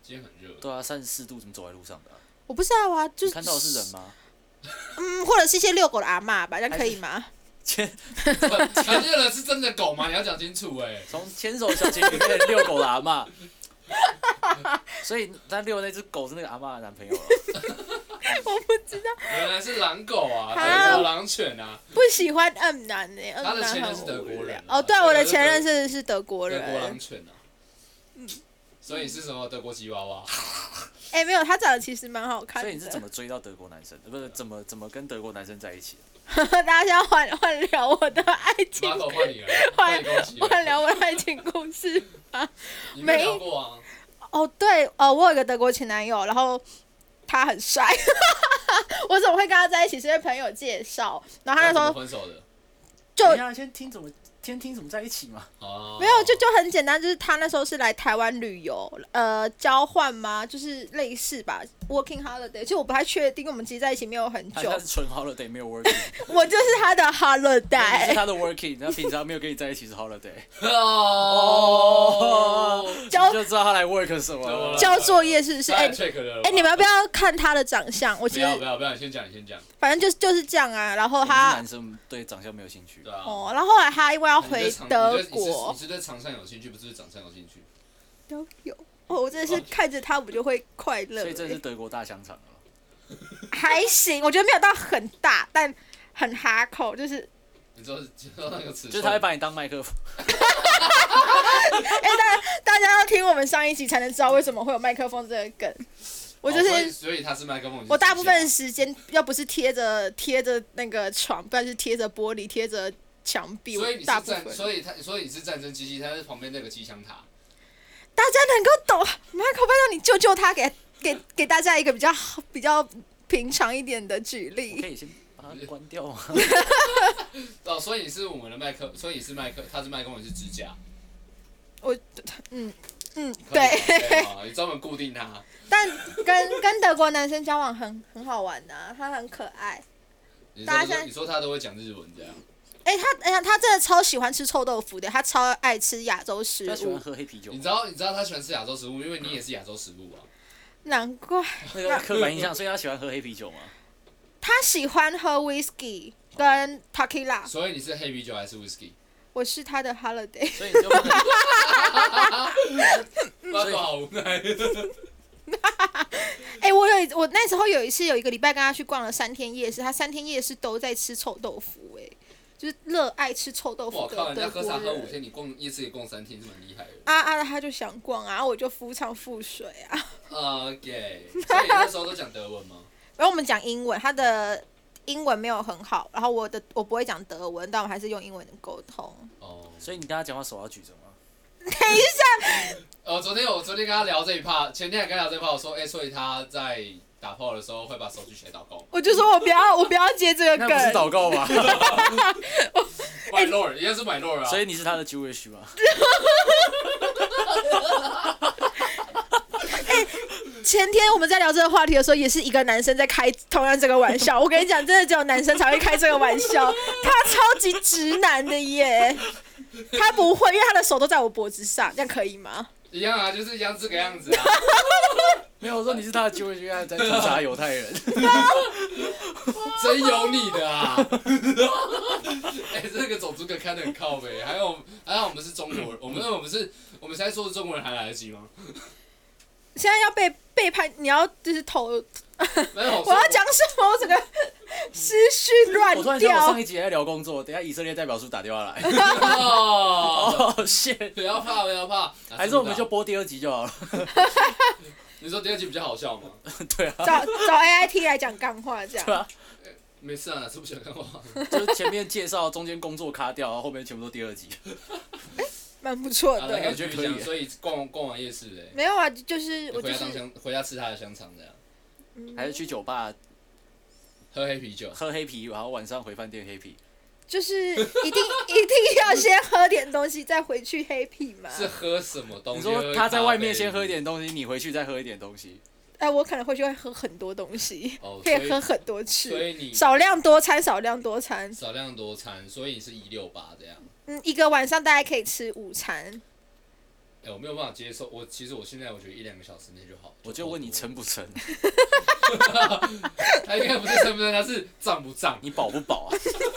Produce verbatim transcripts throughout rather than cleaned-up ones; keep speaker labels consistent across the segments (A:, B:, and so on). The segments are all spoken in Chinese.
A: 今天很热。
B: 对啊，三十四度怎么走在路上的、啊？
C: 我不知道啊，就是
B: 看到的是人吗？
C: 嗯，或者是一些遛狗的阿嬷吧，这样可以吗？
B: 牵
A: 看见了是真的狗吗？你要讲清楚哎、欸。
B: 从牵手小情侣变成遛狗的阿嬷，所以他遛的那只狗是那个阿嬷的男朋友了。
C: 我不知道，
A: 原来是狼狗啊，
C: 啊
A: 德国狼犬啊。
C: 不喜欢嗯男呢、欸，
A: 他的
C: 嗯男
A: 前任是德
C: 很无聊
A: 国人、啊。
C: 哦，对，我的前任是是德国人。
A: 德国狼犬啊。嗯。所以你是什么德国吉娃娃？
C: 哎、欸，没有，他长得其实蛮好看的。
B: 所以你是怎么追到德国男生的？不是怎么怎么跟德国男生在一起
C: 的？大家现在换换聊我的爱情，
A: 马狗换你了，
C: 换换聊我的爱情故事吧。
A: 你没聊过啊？
C: 哦，对，哦，我有一个德国前男友，然后他很帅。我怎么会跟他在一起？是因为朋友介绍，然后他那时候
A: 分手的。
C: 就
B: 你要先听怎么先听怎么在一起嘛。
A: 哦。
C: 没有，就就很简单，就是他那时候是来台湾旅游，呃，交换吗？就是类似吧 ，working holiday。其实我不太确定，因为我们其实在一起没有很久。
B: 他是纯 holiday 没有 working。
C: 我就是他的 holiday。
B: 你是他的 working， 他平常没有跟你在一起是 holiday。
A: 哦。
C: 交
B: 就知道他来 work 什么了。
C: 交作业是不是？哎，哎，你们要不要看他的长相？我其实
A: 不要不要不要，你先讲你先讲。
C: 反正就是就是这样啊，然后他
B: 男生对长相没有兴趣。
A: 对啊。
C: 哦，然后后来他因为要回德国，
A: 你是对长相有兴趣，不是对长相有兴趣？
C: 都有。哦，我真的是看着他，我就会快乐。
B: 所以这是德国大香肠了。
C: 还行，我觉得没有到很大，但很哈口，就是。
A: 你知道，知道那个尺寸？
B: 就是他会把你当麦克风。
C: 哎、欸，大大家要听我们上一集才能知道为什么会有麦克风这个梗。我就是，
A: 哦、所, 以所以他是麦克风。
C: 我大部分时间要不是贴着贴着那个床，不然就是贴着玻璃、贴着墙壁。
A: 所以你是
C: 大部分，
A: 所以他所以你是战争机器，他是旁边那个机枪塔。
C: 大家能够懂 ，Michael， 拜托你救救他，给给给大家一个比较比较平常一点的举例。
B: 可以先把它关掉吗？
A: 哦，所以你是我们的麦克，所以你是麦克，他是麦克风，你是支架。
C: 我，嗯嗯，对。
A: 你专门固定他。
C: 但跟跟德国男生交往很很好玩的、啊，他很可爱。
A: 大家你说他都会讲日文这样？
C: 哎、欸，他哎呀，他真的超喜欢吃臭豆腐的，他超爱吃亚洲食物。
B: 他喜欢喝黑啤酒。
A: 你知道你知道他喜欢吃亚洲食物，因为你也是亚洲食物啊。
C: 难怪。
B: 那个刻板印象，所以他喜欢喝黑啤酒吗？
C: 他喜欢喝 whisky 跟 tequila。
A: 所以你是黑啤酒还是 whisky？
C: 我是他的 holiday。
B: 所以你就不能。
A: 那个好无奈。
C: 哎、欸，我有我那时候有一次有一个礼拜跟他去逛了三天夜市，他三天夜市都在吃臭豆腐、欸，哎，就是热爱吃臭豆腐的德国人。
A: 我靠，人家喝茶喝五天，你逛夜市也逛三天，是蛮厉害的。
C: 啊啊，他就想逛啊，我就夫唱妇随啊。
A: OK， 所以你那时候都讲德文吗？
C: 然后我们讲英文，他的英文没有很好，然后我的我不会讲德文，但我还是用英文沟通。
A: 哦，
B: 所以你跟他讲话手要举着吗？
C: 等一下。
A: 呃，昨天我昨天跟他聊这一趴，前天还跟他聊这一趴，我说，哎、欸，所以他在打炮的时候会把手举起来祷告。
C: 我就说我不要，我不要接这个梗。
B: 那不是祷告吗
A: ？My Lord， 应该是 My Lord 啊。
B: 所以你是他的 Jewish 吗？
C: 欸，前天我们在聊这个话题的时候，也是一个男生在开同样这个玩笑。我跟你讲，真的只有男生才会开这个玩笑，他超级直男的耶。他不会，因为他的手都在我脖子上，这样可以吗？
A: 一样啊，就是一样这个样子啊。
B: 没有，我说你是他的 Jewish， 因为在屠杀犹太人。
A: 真有你的啊！哎、欸，这个种族梗看得很靠北，还有还好我们是中国人，我们我们是我们现在说是中国人还来得及吗？
C: 现在要被背叛，你要就是投。
A: 没有，
C: 我要讲什么？我整个思绪乱掉。
B: 我突然想，我上一集也在聊工作，等一下以色列代表处打电话来。
A: 哦，
B: 谢，
A: 不要怕，不要怕，
B: 还是我们就播第二集就好了。
A: 你说第二集比较好笑吗？
B: 对啊。
C: 找找 A I T 来讲干话这样。
B: 对啊。
A: 没事啊，是不喜欢看话。
B: 就是前面介绍，中间工作卡掉，然后后面全部都第二集。
C: 蛮不错的，
A: 啊、我觉得可以。所以逛逛完夜市嘞。
C: 没有啊，就是我
A: 回家当香，回家吃他的香肠这样。
B: 还是去酒吧
A: 喝黑啤酒，
B: 喝黑啤，然后晚上回饭店黑啤。
C: 就是一定一定要先喝点东西，再回去黑啤嘛。
A: 是喝什么东西？
B: 你说他在外面先喝一点东西，你回去再喝一点东西。
C: 哎、呃，我可能回去会喝很多东西，
A: 哦、
C: 可以喝很多次。
A: 所以你
C: 少量多餐，少量多餐。
A: 少量多餐，所以你是一六八这样。
C: 嗯，一个晚上大概可以吃午餐。
A: 哎、欸，我没有办法接受。我其实我现在我觉得一两个小时内就好。
B: 我就问你撑不撑？
A: 他应该不是撑不撑，他是胀不胀？
B: 你饱不饱啊？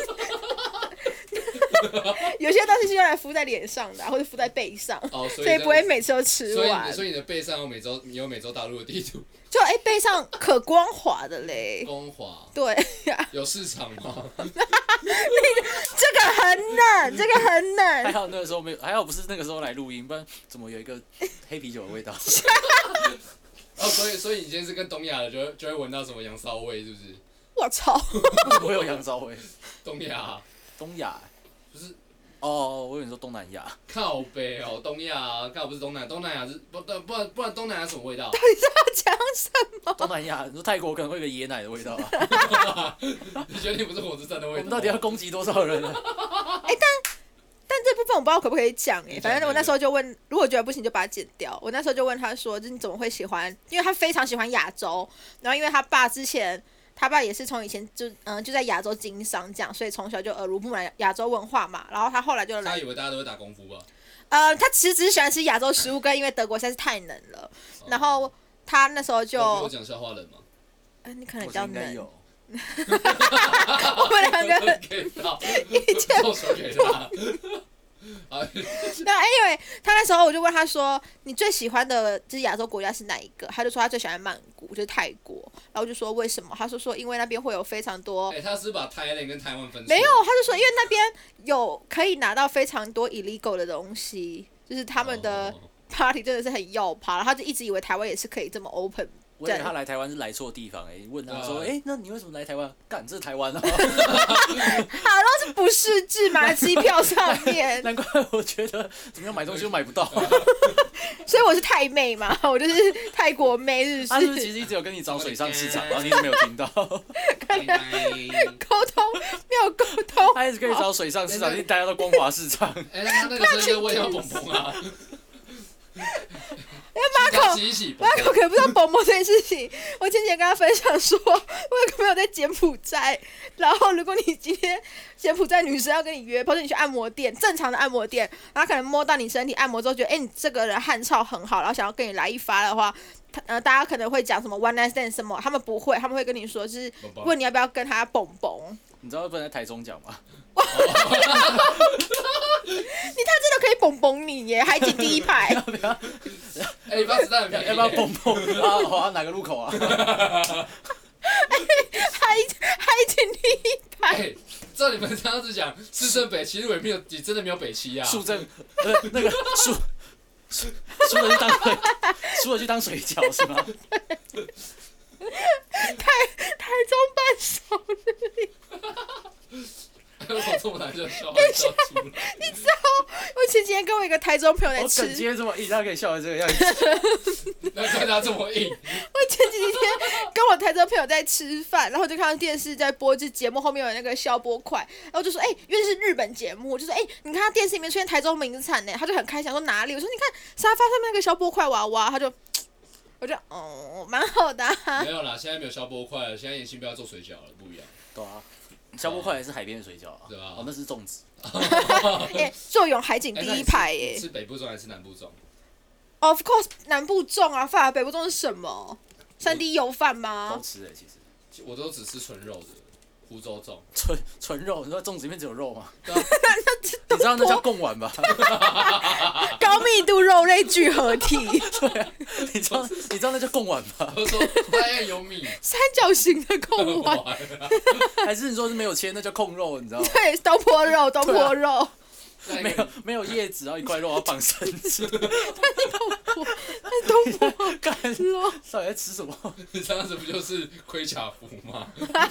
C: 有些东西是用来敷在脸上的、啊，或者敷在背上，
A: 哦、所以
C: 所以不会每次都吃完。
A: 所以所以你的背上有美洲，你有美洲大陆的地图。
C: 就哎、欸，背上可光滑的嘞。
A: 光滑。
C: 对呀。
A: 有市场吗？
C: 这个很冷，这个很冷。
B: 还好那个时候没有，还好不是那个时候来录音，不然怎么有一个黑啤酒的味道？
A: 哦，所以所以你今天是跟东亚的，就会就会闻到什么羊骚味，是不是？
C: 我操！
B: 我有羊骚味。
A: 东亚。
B: 东亚。
A: 不是。
B: 哦，我以为你说东南亚。
A: 靠北哦，东亚啊，靠不是东南，东南亚是不不不然不然东南亚什么味道？
C: 到底是要讲什么？
B: 东南亚，你说泰国可能会有个椰奶的味道啊？
A: 你确定不是火车站的味道？
B: 我们到底要攻击多少人啊？
C: 哎、欸，但但这部分我不知道可不可以讲哎、欸，反正我那时候就问，如果觉得不行就把它剪掉。我那时候就问他说，就是你怎么会喜欢？因为他非常喜欢亚洲，然后因为他爸之前。他爸也是从以前就嗯、呃、就在亚洲经商这样，所以从小就耳濡目染亚洲文化嘛。然后他后来就来，
A: 他以为大家都会打功夫吧？
C: 呃，他其实只是喜欢吃亚洲食物，跟因为德国实在是太冷了。哦、然后他那时候就
A: 我讲笑话冷吗？
C: 呃，你可能比较冷。
B: 有
C: 我们两个
A: 给到，
C: 意见
A: 不手给他。
C: 那 anyway， 他那时候我就问他说：“你最喜欢的就是亚洲国家是哪一个？”他就说他最喜欢曼谷，就是泰国。然后我就说为什么？他说说因为那边会有非常多。
A: 哎、欸，他是把泰兰跟台湾分。
C: 没有，他就说因为那边有可以拿到非常多 illegal 的东西，就是他们的 party 真的是很要趴，然后他就一直以为台湾也是可以这么 open。
B: 我以为他来台湾是来错地方哎、欸，问他说：“哎、欸，那你为什么来台湾？干，这是台湾啊！”
C: 好，然后是不识字嘛，机票上面。
B: 难怪我觉得怎么样买东西都买不到、啊。
C: 所以我是泰妹嘛，我就是泰国妹，是不是？
B: 他是不是其实一直有跟你找水上市场，然后你一直没有听到？
C: 沟通没有沟通。
B: 他一直跟你找水上市场，你大家都光华市场。
A: 哎、欸，那他那个声音我也要蹦蹦啊！
C: 因为 Marco，Marco 可能不知道蹦蹦这件事情。我前几天跟他分享说，我有个朋友在柬埔寨，然后如果你今天柬埔寨女生要跟你约，或者你去按摩店，正常的按摩店，然后可能摸到你身体按摩之后，觉得哎、欸、你这个人汗臭很好，然后想要跟你来一发的话，呃大家可能会讲什么 one night stand 什么，他们不会，他们会跟你说就是问你要不要跟他蹦蹦。
B: 你知道不能在台中讲吗？
C: 你他真的可以蹦蹦你耶，海景第一排。
B: 要不要？
A: 哎、欸，发子弹很便宜。
B: 要不要蹦蹦？啊，好，哪个路口啊？
C: 海海景第一排。
A: 哎、欸，照你们这样子讲，市政北七路也没有，你真的没有北七啊？
B: 树政，呃，那个树，输输了去当水，输了去当水饺是吗？
C: 台台中伴手礼。
A: 为什么这么难就笑话笑出来？
C: 你知道，我前几天跟我一个台中朋友在吃，
B: 我梗接这么硬，他可以笑成这个样子。
A: 难怪他这么硬。
C: 我前几天跟我台中朋友在吃饭，然后就看到电视在播，就节目后面有那个消波块，然后就说，哎、欸，因为是日本节目，我就说，哎、欸，你看他电视里面出现台中名产呢，他就很开心，说哪里？我说你看沙发上面那个消波块娃娃，他就，我就，哦，蛮好的、啊。
A: 没有啦，现在没有消波块了，现在年轻不要做水饺了，不一样。
B: 对啊。消波块也是海边的水饺啊，
A: 对啊，
B: 哦，那是粽子。
C: 哎、欸，坐拥海景第一排耶、
A: 欸！是北部粽还是南部粽
C: ？Of course， 南部粽啊，饭北部粽是什么？三 D 油饭吗？
B: 都吃哎、欸，其实。
A: 我都只吃纯肉的湖州粽。
B: 纯纯肉，你说粽子里面只有肉吗？
A: 对啊。
B: 你知道那叫贡丸吧？
C: 高密度肉类聚合体。
B: 对啊，你知道你知道那叫贡丸吧？
A: 我说它有米。
C: 三角形的贡丸。
B: 还是你说是没有切，那叫控肉，你知道吗？
C: 对，东坡肉，东坡肉。啊、
B: 没有没有叶子，然后一块肉要绑绳子。
C: 那东坡
B: 干
C: 肉，
B: 到底在吃什么？
A: 你这样子不就是盔甲服吗？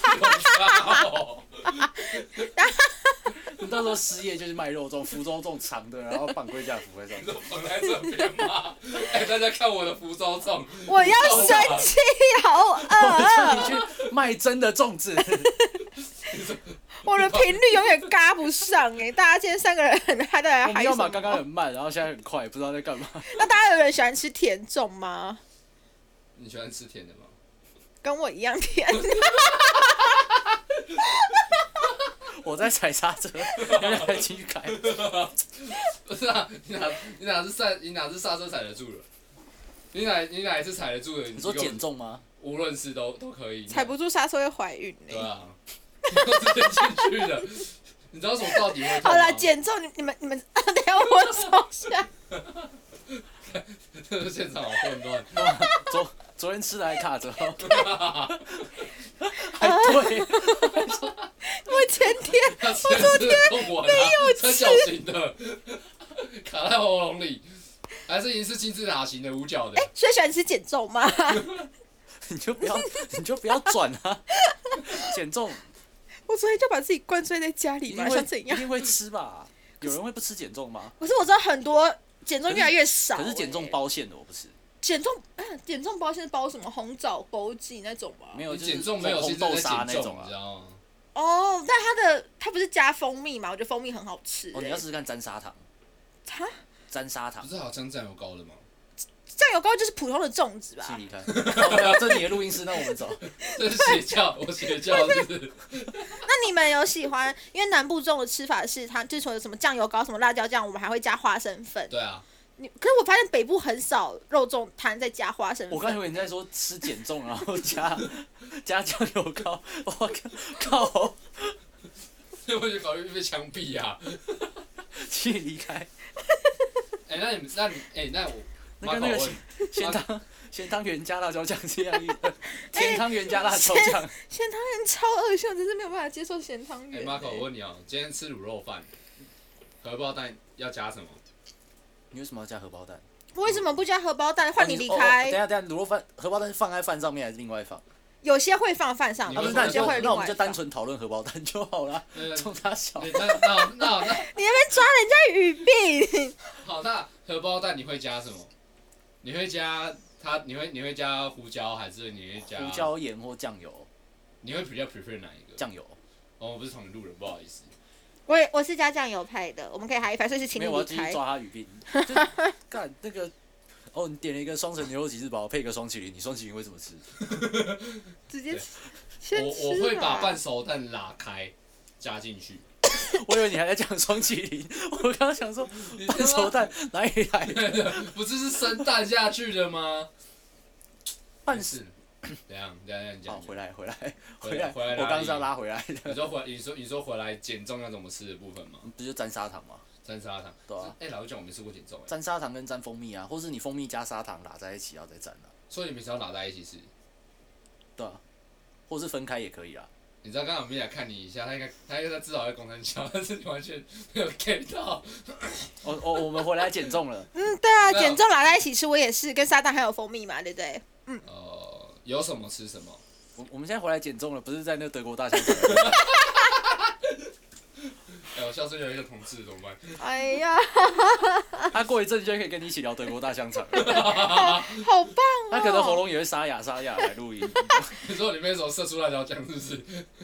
B: 你到时候失业就是卖肉粽，福州粽长的，然后绑盔甲服在上面。
A: 绑在这边吗？哎、欸，大家看我的福州粽。
C: 我要生气，好饿。
B: 我叫你去卖真的粽子。
C: 我的频率永远嘎不上哎、欸！大家今天三个人很嗨，大家嗨什么？
B: 要么刚刚很慢，然后现在很快，不知道在干嘛。
C: 那大家有人喜欢吃甜粽吗？
A: 你喜欢吃甜的吗？
C: 跟我一样甜。
B: 我在踩刹车，你们还继续开。
A: 不是啊，你哪你哪是刹你哪是刹车踩得住了？你哪你哪一次踩得住的？
B: 你说减重吗？
A: 无论是都都可以。
C: 踩不住刹车会怀孕呢、
A: 对啊，直接进去了。你知道什么到底会痛吗？
C: 好了，减重，你你们你们，等一下我手下。
A: 这个现场好混乱。
B: 昨昨天吃的还卡着，还对。
C: 我前天
A: 他昨天痛完了，三角形的，卡在喉咙里，还是已经是金字塔形的五角的。
C: 所以喜欢吃减重吗？
B: 你就不要你就不要转啊，减重。
C: 我昨天就把自己灌醉在家里嘛，
B: 一定会
C: 想怎样？
B: 一定会吃吧？有人会不吃减重吗？
C: 可是我知道很多减重越来越少、欸，
B: 可是减重包馅的我不吃。
C: 减重，啊，减重包现在包什么红枣、枸杞那种吗？
B: 没有，就是
A: 减重没有
B: 红豆
A: 现在在
B: 沙那种
A: 减重，你知
B: 啊。
A: 道吗？
C: 哦，但它的它不是加蜂蜜嘛？我觉得蜂蜜很好吃、欸。
B: 哦，你要试试看沾砂糖。
C: 哈？
B: 沾砂糖
A: 不。是好像酱油膏的吗？
C: 酱油膏就是普通的粽子吧？
B: 请离开。哦没有，这是你的录音室，那我们走。
A: 这是邪教，我邪教是不是？
C: 那你们有喜欢？因为南部粽的吃法是它，就是除了什么酱油膏、什么辣椒酱，我们还会加花生粉。
A: 对啊，
C: 你可是我发现北部很少肉粽摊在加花生粉。
B: 我刚以为你在说吃减重，然后加加酱油膏。我靠！
A: 所以我就考虑被枪毙啊！
B: 请你离开。
A: 哎、欸，那你那你哎、欸，那我
B: 那跟那个咸咸汤咸汤圆加辣椒酱是一样的，甜汤圆加辣椒酱。
C: 咸汤圆超恶心，我真是没有办法接受咸汤
A: 哎
C: 圆、欸。
A: ，Marco，我问你哦，今天吃卤肉饭，荷包蛋要加什么？
B: 你为什么要加荷包蛋？
C: 为什么不加荷包蛋？换你离
B: 哦哦
C: 开。
B: 等一下等一下，卤肉饭荷包蛋是放在饭上面还是另外放？
C: 有些会放饭上，
A: 你
B: 啊，不是，
A: 会放
B: 那你就
C: 有些会另外
B: 那我们就单
C: 放。
B: 纯讨论荷包蛋就好了。
A: 呃
B: 冲他小。
A: 那那那那
C: 你那边抓人家语病。
A: 好，那荷包蛋你会加什么？你会加它？你会你会加胡椒还是你会加
B: 胡椒盐或酱油？
A: 你会比较 prefer 哪一个？
B: 酱油。
A: 哦，我不是同路人，不好意思。
C: 我也我是加酱油派的，我们可以嗨一番，所以是请
B: 没有，我要继续
C: 你离开。
B: 抓他语病。就干那个，哦，你点了一个双层牛肉吉士堡，配一个双麒麟，你双麒麟会怎么吃？
C: 直接
A: 对
C: 先吃
A: 我我会把
C: 吧
A: 半熟蛋拉开，加进去。
B: 我以为你还在讲双麒麟，我刚刚想说半熟蛋哪里来的？
A: 不是是生蛋下去的吗？
B: 半
A: 是，怎样？怎样？你
B: 好，
A: 讲。
B: 回来回来
A: 回
B: 回来，
A: 来回来哪里
B: 我刚刚是要拉回来
A: 你
B: 的，
A: 说回你说你说回来减重要怎么吃的部分吗？
B: 不就沾砂糖吗？
A: 沾砂糖。
B: 对啊。
A: 哎、老实讲，我没吃过减重哎。
B: 沾砂糖跟沾蜂蜜啊，或是你蜂蜜加砂糖打在一起，然后再沾啊，
A: 所以你平常要拿在一起吃。
B: 对啊，或是分开也可以啊。
A: 你知道刚刚米娅看你一下，他应该他应该至少在公山笑，但是你完全没有 get 到。
B: 哦哦，我们回来减重了。
C: 嗯，对啊，
A: 没有
C: 减重拉在一起吃，我也是跟砂糖还有蜂蜜嘛，对不对？
A: 呃，有什么吃什么。
B: 我我们现在回来减重了，不是在那个德国大香肠。
A: 哎、我下次有一个同事怎么办？
C: 哎呀，
B: 他过一阵就可以跟你一起聊德国大香肠了。
C: 好棒哦！
B: 他可能喉咙也会沙哑沙哑来录音。
A: 你说里面什么射出辣椒酱是不是？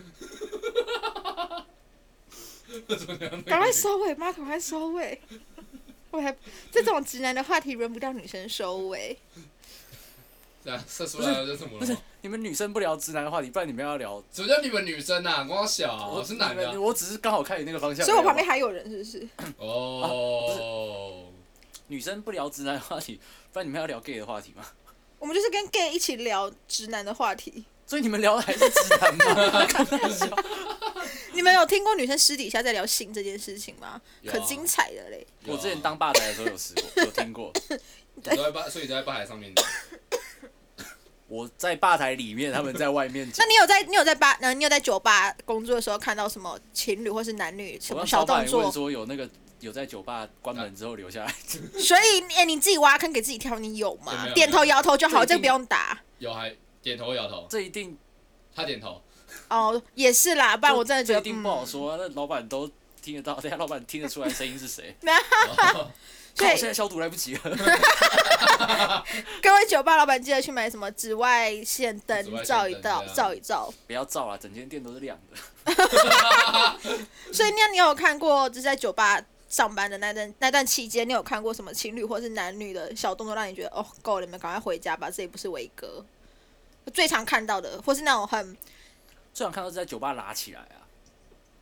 C: 赶快收尾，妈，赶快收尾！我还这种直男的话题轮不到女生收尾。
A: 对啊，射出辣椒酱怎么
B: 不是
A: 了吗？
B: 你们女生不聊直男的话题，不然你们要聊。
A: 什么叫你们女生啊？光小、啊，我是男的、啊
B: 你们。我只是刚好看你那个方向。
C: 所以我旁边还有人，是不是？
A: 哦。
B: 女生不聊直男的话题，不然你们要聊 gay 的话题吗？
C: 我们就是跟 gay 一起聊直男的话题。
B: 所以你们聊的还是直男吗？
C: 你们有听过女生私底下在聊性这件事情吗？
A: 有啊
C: 可精彩的嘞！
A: 有啊
B: 我之前当吧台的时候有试过，有听过。
A: 你都在吧，所以你都在吧台上面讲。
B: 我在吧台里面，他们在外面
C: 那
B: 讲。
C: 你有在你有在吧呃你有在酒吧工作的时候看到什么情侣或是男女什么
B: 我刚
C: 小动作
B: 超怕你问？说有那个有在酒吧关门之后留下来。
C: 所以哎、你自己挖坑给自己跳，你有吗？
A: 没有
C: 点头摇头就好，
B: 这一定
C: 这个不用打。
A: 有还点头摇头，
B: 这一定
A: 他点头。
C: 哦，也是啦，不然我真的觉得
B: 这一定不好说啊。那老板都听得到，等下老板听得出来声音是谁？
A: 哦
B: 看我现在消毒来不及了。
C: 各位酒吧老板记得去买什么紫外线灯
A: 紫外线灯
C: 照一照
A: 对啊
C: 照一照。
B: 不要照啊，整间店都是亮的。
C: 所以那你有看过就是在酒吧上班的那段那段期间，你有看过什么情侣或是男女的小动作，让你觉得哦够了，你们赶快回家吧，这里不是维哥。最常看到的，或是那种很
B: 最常看到是在酒吧拉起来啊，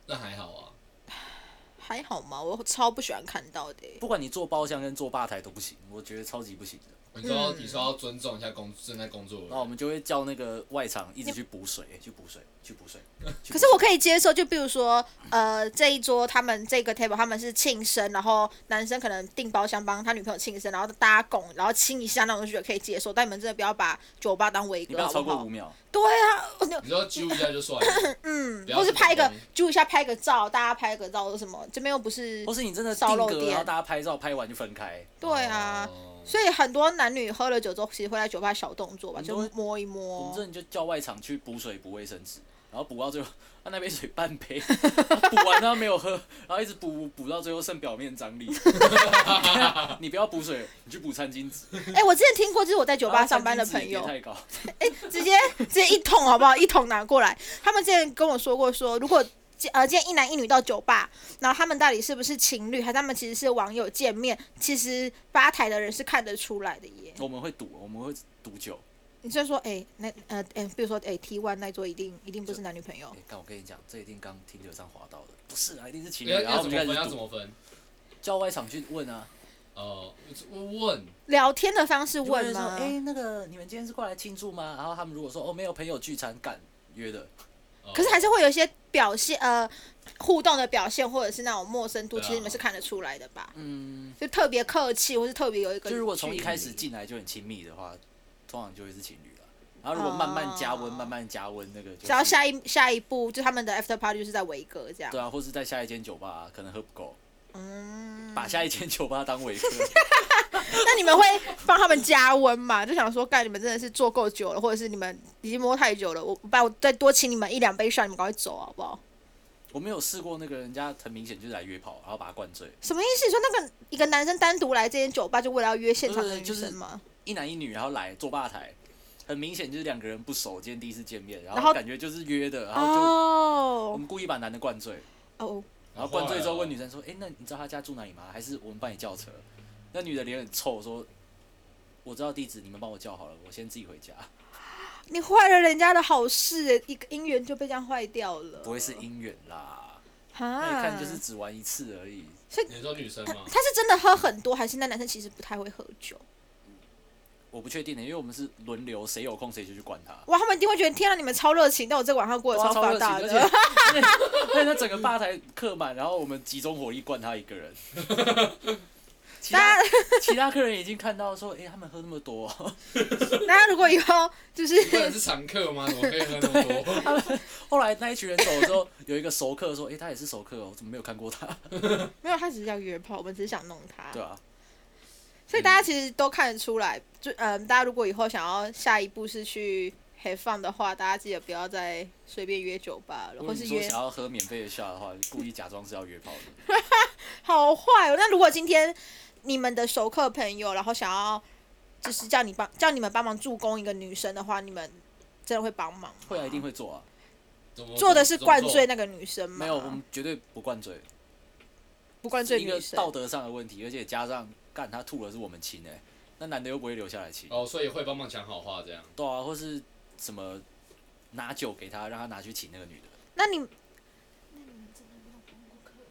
A: 那还好啊。
C: 还好吗？我超不喜欢看到的、欸。
B: 不管你坐包厢跟坐吧台都不行，我觉得超级不行的。
A: 你说、嗯、你说要尊重一下工正在工作的人，
B: 然后我们就会叫那个外场一直去补水，去补水，去补水。
C: 可是我可以接受，就比如说，呃，这一桌他们这个 table 他们是庆生，然后男生可能订包厢帮他女朋友庆生，然后大家拱，然后亲一下那种，就觉得可以接受。但你们真的不要把酒吧当维格，
B: 你不要超过五秒。
C: 对啊，
A: 你说揪一下就算了，
C: 嗯，或是拍个揪一下拍个照，大家拍个照或什么，这边又不是，
B: 或是你真的定格，然后大家拍照拍完就分开。
C: 对啊。哦，所以很多男女喝了酒之后，其实会在酒吧小动作吧，就摸一摸。
B: 我们真的就叫外场去补水、补卫生纸，然后补到最后，他那杯水半杯，补完他没有喝，然后一直补补到最后剩表面张力。你不要补水，你去补餐巾纸。
C: 哎、欸，我之前听过，就是我在酒吧上班的朋友，
B: 太高。
C: 哎、欸，直接直接一桶好不好？一桶拿过来。他们之前跟我说过说，说如果呃，今天一男一女到酒吧，然后他们到底是不是情侣，还是他们其实是网友见面？其实吧台的人是看得出来的耶。
B: 我们会赌，我们会赌酒。
C: 你就说，哎、欸，那呃，哎、欸，比如说，哎、欸、，T one 那桌一定一定不是男女朋友。
B: 哎、欸，刚我跟你讲，这一定刚听流上滑到的，不是啊，一定是情侣。
A: 然后怎么分？要怎么分？
B: 叫外场去问啊。
A: 哦、呃，问。
C: 聊天的方式问吗？
B: 哎、欸，那个你们今天是过来庆祝吗？然后他们如果说哦没有朋友聚餐，干约的。
C: 可是还是会有一些表现，呃，互动的表现，或者是那种陌生度，其实你们是看得出来的吧？
B: 嗯，
C: 就特别客气，或是特别有一个。
B: 就如果从一开始进来就很亲密的话，通常就会是情侣了。然后如果慢慢加温，哦、慢慢加温，那个、就是。
C: 只要下一下一步，就他们的 after party 就是在维格这样。
B: 对啊，或是在下一间酒吧可能喝不够。嗯。把下一间酒吧当维格。
C: 那你们会帮他们加温吗？就想说，干你们真的是做够久了，或者是你们已经摸太久了，我把我再多请你们一两杯上，你们赶快走好不好？
B: 我没有试过那个人家很明显就是来约炮，然后把他灌醉。
C: 什么意思？你说那个一个男生单独来这间酒吧，就为了要约现场的女生吗？
B: 就是一男一女，然后来坐吧台，很明显就是两个人不熟，今天第一次见面，然后感觉就是约的，然后就、哦、我们故意把男的灌醉。哦。然后灌醉之后问女生说：“哎、欸，那你知道他家住哪里吗？还是我们帮你叫车？”那女的脸很臭，说：“我知道地址，你们帮我叫好了，我先自己回家。”
C: 你坏了人家的好事，一个姻缘就被这样坏掉了。
B: 不会是姻缘啦，那一看就是只玩一次而已。
A: 你说女生吗？
C: 他是真的喝很多，还是那男生其实不太会喝酒？
B: 我不确定的，因为我们是轮流，谁有空谁就去管他。
C: 哇，他们一定会觉得天啊，你们超热情，但我这个晚上过得超发达的。
B: 而且而且他整个吧台客满，然后我们集中火力灌他一个人。其他其他客人已经看到说，哎、欸，他们喝那么多、喔。
C: 那如果以后就是，
A: 你是常客吗？怎么可以喝那么多？
B: 他们后来那一群人走的时候，有一个熟客说，哎、欸，他也是熟客哦、喔，我怎么没有看过他？
C: 没有，他只是要约炮，我们只是想弄他。
B: 对啊。
C: 所以大家其实都看得出来，就嗯，大家如果以后想要下一步是去 have fun 的话，大家记得不要再随便约酒吧了，或是约。
B: 想要喝免费的下的话，故意假装是要约炮的。
C: 好坏哦！那如果今天你们的熟客朋友，然后想要就是叫你帮叫你们帮忙助攻一个女生的话，你们真的会帮忙吗？
B: 会啊，一定会做啊。
C: 做的是灌醉那个女生吗？
B: 没有，我们绝对不灌醉。
C: 不灌醉女生。
B: 一个道德上的问题，而且加上。干他吐了是我们亲哎、欸，那男的又不会留下来亲。
A: 哦，所以会帮忙讲好话这样。
B: 对啊，或是什么拿酒给他，让他拿去请那个女的。
C: 那你，那
B: 你们真的没有帮过客人？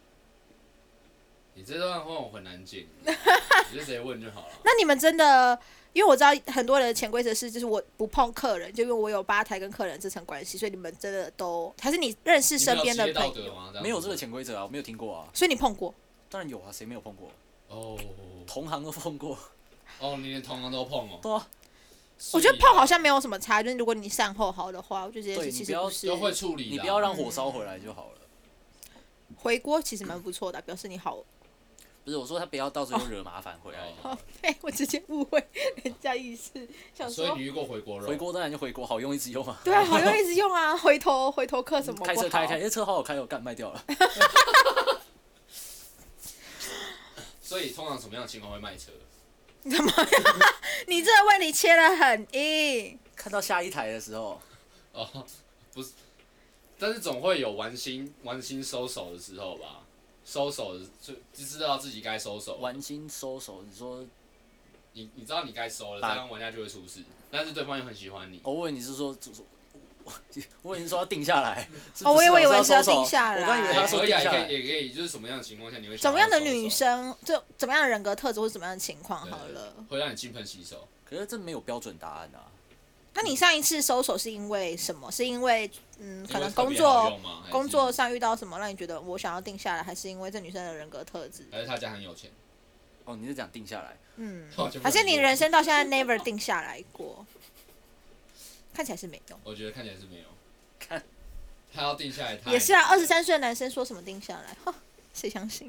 A: 你这段话我很难解，你就直接问就好了。
C: 那你们真的，因为我知道很多人的潜规则是，就是我不碰客人，就因为我有吧台跟客人这层关系，所以你们真的都还是你认识身边的朋友？
B: 没有这个潜规则啊，我没有听过啊。
C: 所以你碰过？
B: 当然有啊，谁没有碰过？
A: 哦，
B: 同行都碰过。
A: 哦，你连同行都碰哦。
B: 对啊。
C: 我觉得碰好像没有什么差，就是如果你善后好的话，我觉得这件事其实不是。
A: 都会处理。
B: 你不要让火烧回来就好了。
C: 回锅其实蛮不错的，表示你好。
B: 不是我说他不要到最后惹麻烦回来。
C: 哦，对，我直接误会人家意思，想说。
A: 所以你遇过回锅肉？
B: 回锅当然就回锅，好用一直用啊。
C: 对啊，好用一直用啊，回头回头客什么不好？
B: 开车开开，哎，车好好开哦，干卖掉了。
A: 所以通常什么样的情况会卖车？
C: 怎么样？你这个问题切得很硬。
B: 看到下一台的时候。
A: 哦，不是，但是总会有玩心玩心收手的时候吧？收手就就知道自己该收手。
B: 玩心收手，你说？
A: 你你知道你该收了，这样玩家就会出事。但是对方又很喜欢你。
B: 我问你是说， 我已经说要定下来。
C: 哦，我以为是要定下来。
B: 我刚以为他说定下来。
A: 也可以，就是什么样的情况下你会
C: 怎么样的女生，就怎么样的人格特质或者怎么样的情况好了，
A: 会让你金盆洗手。
B: 可是这没有标准答案啊。
C: 那你上一次收手是因为什么？是因为嗯，可能工作工作上遇到什么让你觉得我想要定下来，还是因为这女生的人格特质？
A: 还是她家很有钱？
B: 哦，你是讲定下来？
C: 嗯，还是你人生到现在 never 定下来过？看起来是没有。
A: 我觉得看起来是没有。
B: 看，
A: 他要定下来，他
C: 也是啊。二十三岁的男生说什么定下来？哈，谁相信？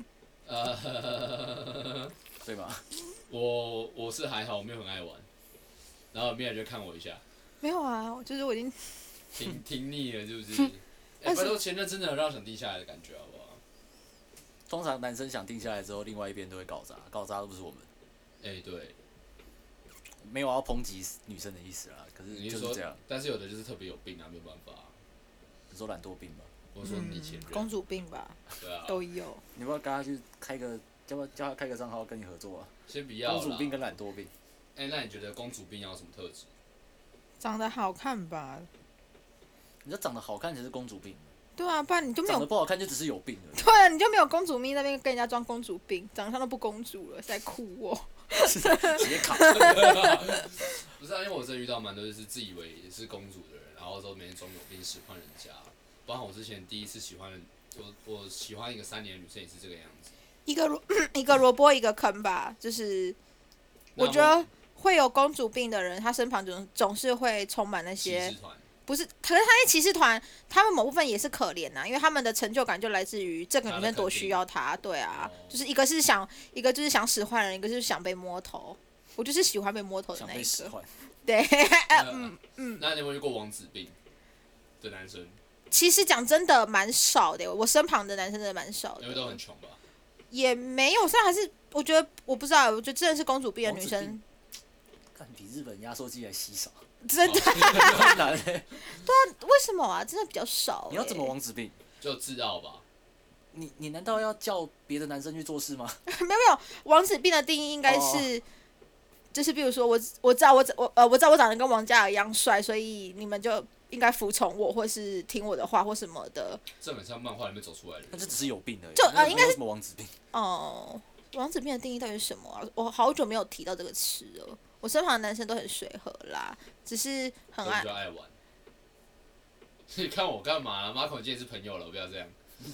A: 呃，
B: 对吧？
A: 我我是还好，我没有很爱玩。然后米娅就看我一下。
C: 没有啊，就是我已经
A: 听听腻了，是不是？哎，拜托，前任真的有让我想定下来的感觉，好不好？
B: 通常男生想定下来之后，另外一边都会搞砸，搞砸都不是我们。
A: 哎，对。
B: 没有要抨击女生的意思啦，可是就是这样。
A: 但是有的就是特别有病啊，没有办法。
B: 你说懒惰病吧？
A: 我说你前任。
C: 公主病吧？
A: 对啊。
C: 都有。
B: 你要不要跟他去开个，要不要叫他开个账号跟你合作啊？
A: 先不要。
B: 公主病跟懒惰病。
A: 哎，那你觉得公主病要有什么特质？
C: 长得好看吧？
B: 你说长得好看才是公主病？
C: 对啊，不然你就没有。
B: 长得不好看就只是有病了。
C: 对啊，你就没有公主命那边跟人家装公主病，长相都不公主了，是在哭我。
B: 直接卡。
A: 不是啊，因为我真的遇到蛮多就是自以为是公主的人，然后都每天装有病使唤人家。包括我之前第一次喜欢，我我喜欢一个三年的女生也是这个样子。一个
C: 一个萝卜一个坑吧，就是我觉得会有公主病的人，他身旁总总是会充满那些。不是，可是他那骑士团，他们某部分也是可怜呐、啊，因为他们的成就感就来自于这个女生多需要他，对啊，哦、就是一个是想，一个就是想使唤人，一个就是想被摸头。我就是喜欢被摸头的那一个。对，嗯嗯。
A: 那你有没有遇过王子病的男生？
C: 其实讲真的蛮少的，我身旁的男生真的蛮少的。
A: 因为都很穷吧？
C: 也没有，虽然还是我觉得我不知道，我觉得真的是公主病的女生，
B: 看比日本压缩机还稀少。
C: 真的，对啊，为什么啊？真的比较少、欸。
B: 你要怎么王子病？
A: 就自傲吧。
B: 你你难道要叫别的男生去做事吗？
C: 没有没有，王子病的定义应该是， oh. 就是比如说我我知道我我呃我知道我长得跟王嘉尔一样帅，所以你们就应该服从我，或是听我的话或什么的。
A: 这很像漫画里面走出来的。
B: 那就只是有病而已。
C: 就呃应该是
B: 什么王子病？
C: 哦，王子病的定义到底是什么啊？我好久没有提到这个词了。我身旁的男生都很随和啦，只是很爱。
A: 就爱玩。你看我干嘛了？马孔今天是朋友了，不要这样。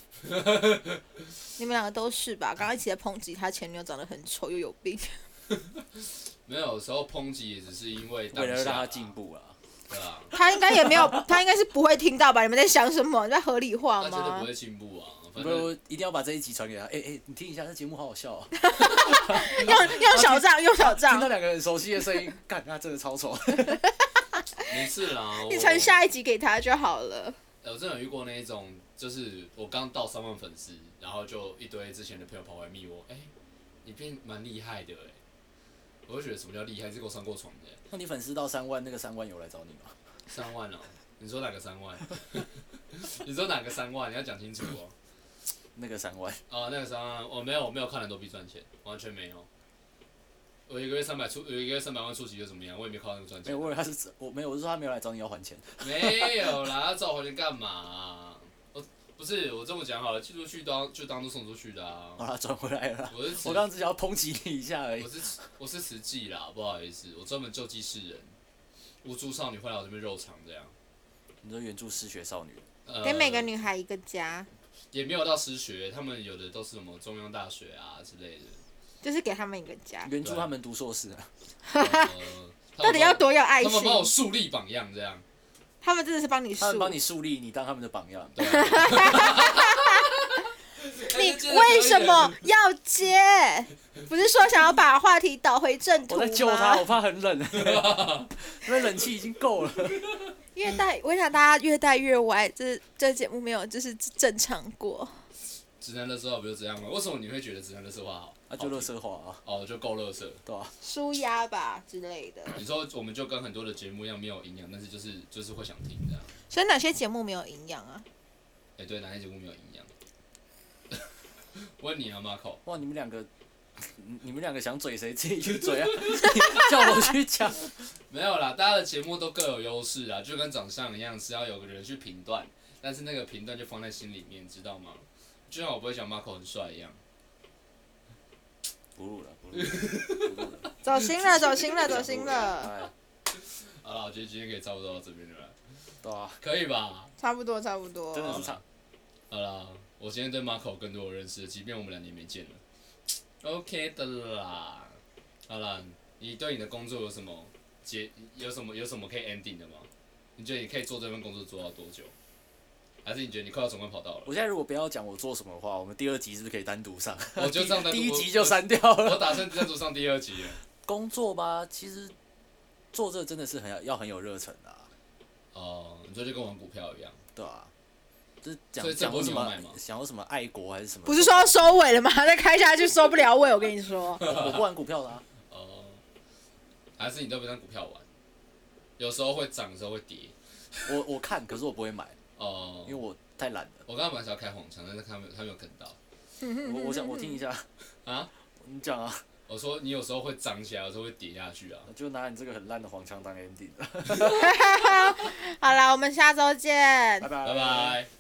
C: 你们两个都是吧？刚刚一起在抨击他前女友长得很丑又有病。
A: 没有，有时候抨击也只是因为
B: 为了让他进步啊。
A: 对啊。
C: 他应该也没有，他应该是不会听到吧？你们在想什么？你在合理化吗？
A: 他绝对不会进步啊！
B: 不，我一定要把这一集传给他。哎、欸、哎、欸，你听一下，这节目好好笑啊！
C: 用用小账，用小账。
B: 听到两个人熟悉的声音，看他真的超丑。
A: 没事啦，
C: 你传下一集给他就好了。
A: 我真的有遇过那一种，就是我刚到三万粉丝，然后就一堆之前的朋友跑来密我，哎、欸，你变蛮厉害的哎、欸，我就觉得什么叫厉害，是跟我上过床的、欸。
B: 那你粉丝到三万，那个三万有来找你吗？
A: 三万哦、喔，你说哪个三万？你说哪个三万？你要讲清楚哦、喔。
B: 那个三万
A: 哦，那个三万，我没有，我没有看很多币赚钱，完全没有。我一个月三百出，有一个月三百万出席又怎么样？我也没靠那个赚钱。
B: 没有，我以为他是我没有，我是说他没有来找你要还钱。
A: 没有啦，他找我还钱干嘛、啊？我不是我这么讲好了，寄出去当就当做送出去的啊。
B: 好啦，转回来了。
A: 我是
B: 我刚刚只想要抨击你一下而已。
A: 我是我是慈济啦，不好意思，我专门救济世人，无助少女会来我这边肉偿这样。
B: 你说援助失学少女？
C: 呃、给每个女孩一个家。
A: 也没有到失学，他们有的都是什么中央大学啊之类的，
C: 就是给他们一个家，
B: 援助他们读硕士啊。
A: 呃、
C: 到底要多有爱心？
A: 他们帮我树立榜样，这样。
C: 他们真的是帮你树，
B: 他们帮你树立，你当他们的榜样。
A: 对啊、
C: 你为什么要接？不是说想要把话题导回正途吗？
B: 我在救他，我怕很冷，因为冷气已经够了。
C: 越带，我想大家越带越歪，这这节目没有就是正常过。
A: 直男垃圾话不就这样吗？为什么你会觉得直男垃圾话好？
B: 啊，就垃圾话啊。
A: 哦，就够垃圾。
B: 对啊。
C: 舒压吧之类的。
A: 你说我们就跟很多的节目一样没有营养，但是就是就是会想听这样。
C: 所以哪些节目没有营养啊？
A: 哎、欸，对，哪些节目没有营养？问你啊，Marco。
B: 哇，你们两个你们两个想嘴谁自己去嘴啊，叫我去讲。
A: 没有啦，大家的节目都各有优势啊，就跟长相一样，是要有个人去评断，但是那个评断就放在心里面，知道吗？就像我不会讲 Marco 很帅一样。
B: 不录了，不录了，不录了。
C: 走心了，走心了，走心了。
A: 好了，我觉得今天可以差不多到这边了。
B: 对啊。
A: 可以吧？
C: 差不多，差不多。
B: 真的是差。
A: 好啦，我今天对 Marco 更多的认识，即便我们两年没见了。OK 的啦。好啦，你对你的工作有什么结？有什么有什么可以 ending 的吗？你觉得你可以做这份工作做到多久？还是你觉得你快要总冠跑道了？
B: 我现在如果不要讲我做什么的话，我们第二集是不是可以单独上？
A: 我就上单独。
B: 第一集就删掉了。
A: 我, 我打算单独上第二集了。
B: 工作吧，其实做这真的是很要很有热忱的、啊。
A: 哦、呃，你说就跟玩股票一样。
B: 对啊。就是讲讲什么，想要什么爱国还是什么？
C: 不是说要收尾了吗？再开下去收不了尾，我跟你说。
B: 我不玩股票的啊。
A: 哦、呃，还是你都不当股票玩？有时候会涨，有时候会跌。
B: 我我看，可是我不会买。
A: 哦、呃。
B: 因为我太懒了。
A: 我刚刚本来想要开黄腔，但是他没有，他没有跟到。
B: 我我想我听一下。
A: 啊？
B: 你讲啊。
A: 我说你有时候会涨起来，有时候会跌下去啊。
B: 就拿你这个很烂的黄腔当 ending。
C: 好啦，我们下周见。
B: 拜拜。
A: 拜拜。